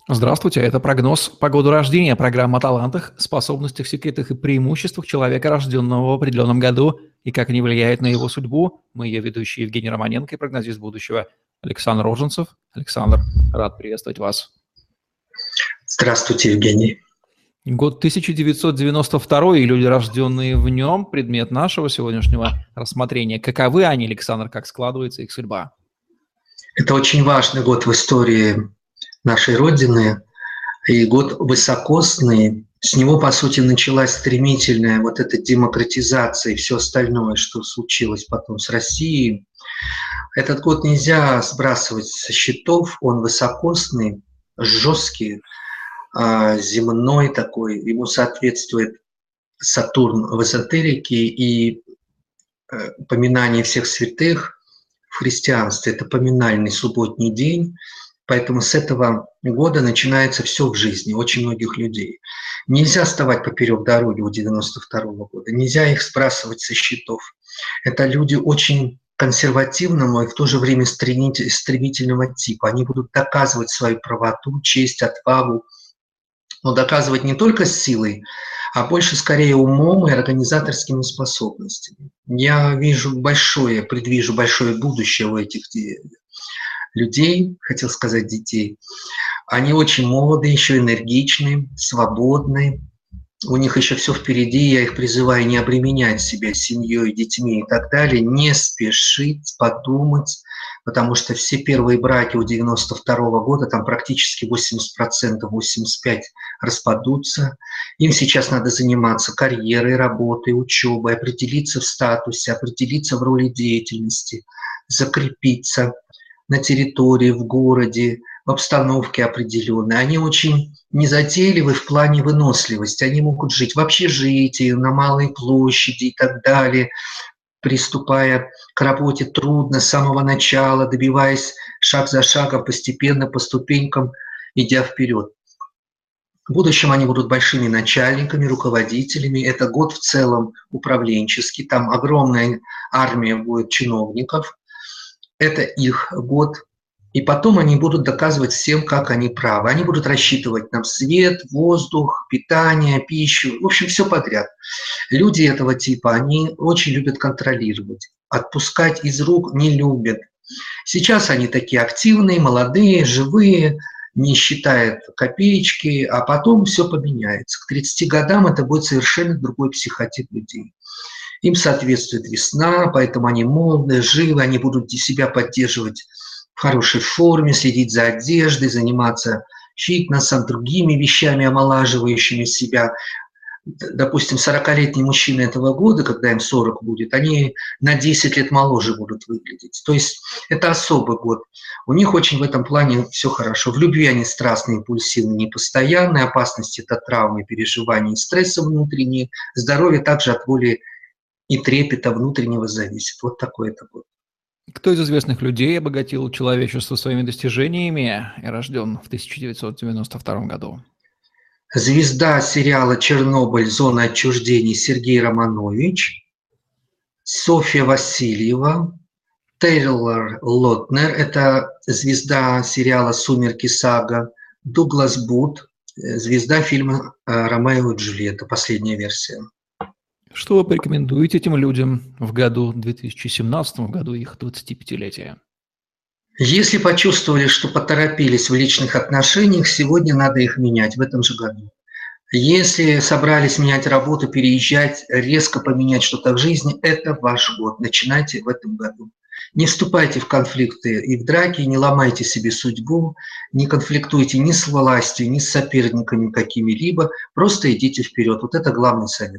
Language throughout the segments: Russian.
Здравствуйте, это прогноз по году рождения, программа о талантах, способностях, секретах и преимуществах человека, рожденного в определенном году, и как они влияют на его судьбу. Мы ее ведущие Евгений Романенко и прогнозист будущего Александр Роженцев. Александр, рад приветствовать вас. Здравствуйте, Евгений. Год 1992 и люди, рожденные в нем, предмет нашего сегодняшнего рассмотрения. Каковы они, Александр, как складывается их судьба? Это очень важный год в истории нашей Родины и год высокосный. С него, по сути, началась стремительная вот эта демократизация и все остальное, что случилось потом с Россией. Этот год нельзя сбрасывать со счетов, он высокосный, жесткий, земной такой, ему соответствует Сатурн в эзотерике и поминание всех святых в христианстве – это поминальный субботний день, поэтому с этого года начинается все в жизни очень многих людей. Нельзя вставать поперек дороги у 92-го года, нельзя их сбрасывать со счетов. Это люди очень консервативного и в то же время стремительного типа. Они будут доказывать свою правоту, честь, отвагу, но доказывать не только силой, а больше скорее умом и организаторскими способностями. Я предвижу большое будущее у этих людей, хотел сказать детей. Они очень молодые, еще энергичные, свободные. У них еще все впереди, я их призываю не обременять себя семьей, детьми и так далее, не спешить, подумать, потому что все первые браки у 92-го года, там практически 80%, 85% распадутся. Им сейчас надо заниматься карьерой, работой, учебой, определиться в статусе, определиться в роли деятельности, закрепиться на территории, в городе, в обстановке определенной. Они очень незатейливы в плане выносливости. Они могут жить в общежитии, на малой площади и так далее, приступая к работе трудно с самого начала, добиваясь шаг за шагом, постепенно, по ступенькам, идя вперед. В будущем они будут большими начальниками, руководителями. Это год в целом управленческий. Там огромная армия будет чиновников. Это их год. И потом они будут доказывать всем, как они правы. Они будут рассчитывать нам свет, воздух, питание, пищу, в общем, все подряд. Люди этого типа, они очень любят контролировать. Отпускать из рук не любят. Сейчас они такие активные, молодые, живые, не считают копеечки, а потом все поменяется. К 30 годам это будет совершенно другой психотип людей. Им соответствует весна, поэтому они молодые, живы, они будут себя поддерживать в хорошей форме, следить за одеждой, заниматься фитнесом, другими вещами, омолаживающими себя. Допустим, 40-летние мужчины этого года, когда им 40 будет, они на 10 лет моложе будут выглядеть. То есть это особый год. У них очень в этом плане все хорошо. В любви они страстные, импульсивные, непостоянные. Опасности – это травмы, переживания и стрессы внутренние. Здоровье также от воли и трепета внутреннего зависит. Вот такой это год. Кто из известных людей обогатил человечество своими достижениями и рожден в 1992 году? Звезда сериала «Чернобыль. Зона отчуждения» Сергей Романович, Софья Васильева, Тейлор Лотнер, это звезда сериала «Сумерки. Сага», Дуглас Бут, звезда фильма «Ромео и Джульетта», последняя версия. Что вы порекомендуете этим людям в году 2017, году их 25-летия? Если почувствовали, что поторопились в личных отношениях, сегодня надо их менять в этом же году. Если собрались менять работу, переезжать, резко поменять что-то в жизни, это ваш год. Начинайте в этом году. Не вступайте в конфликты и в драки, не ломайте себе судьбу, не конфликтуйте ни с властью, ни с соперниками какими-либо, просто идите вперед. Вот это главный совет.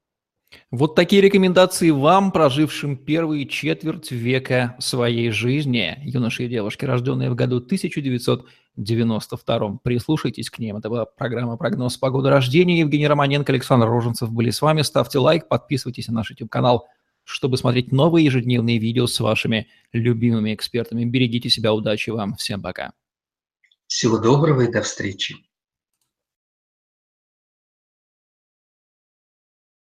Вот такие рекомендации вам, прожившим первые четверть века своей жизни, юноши и девушки, рожденные в году 1992. Прислушайтесь к ним. Это была программа «Прогноз по году рождения». Евгений Романенко, Александр Роженцев были с вами. Ставьте лайк, подписывайтесь на наш YouTube-канал, чтобы смотреть новые ежедневные видео с вашими любимыми экспертами. Берегите себя, удачи вам. Всем пока. Всего доброго и до встречи.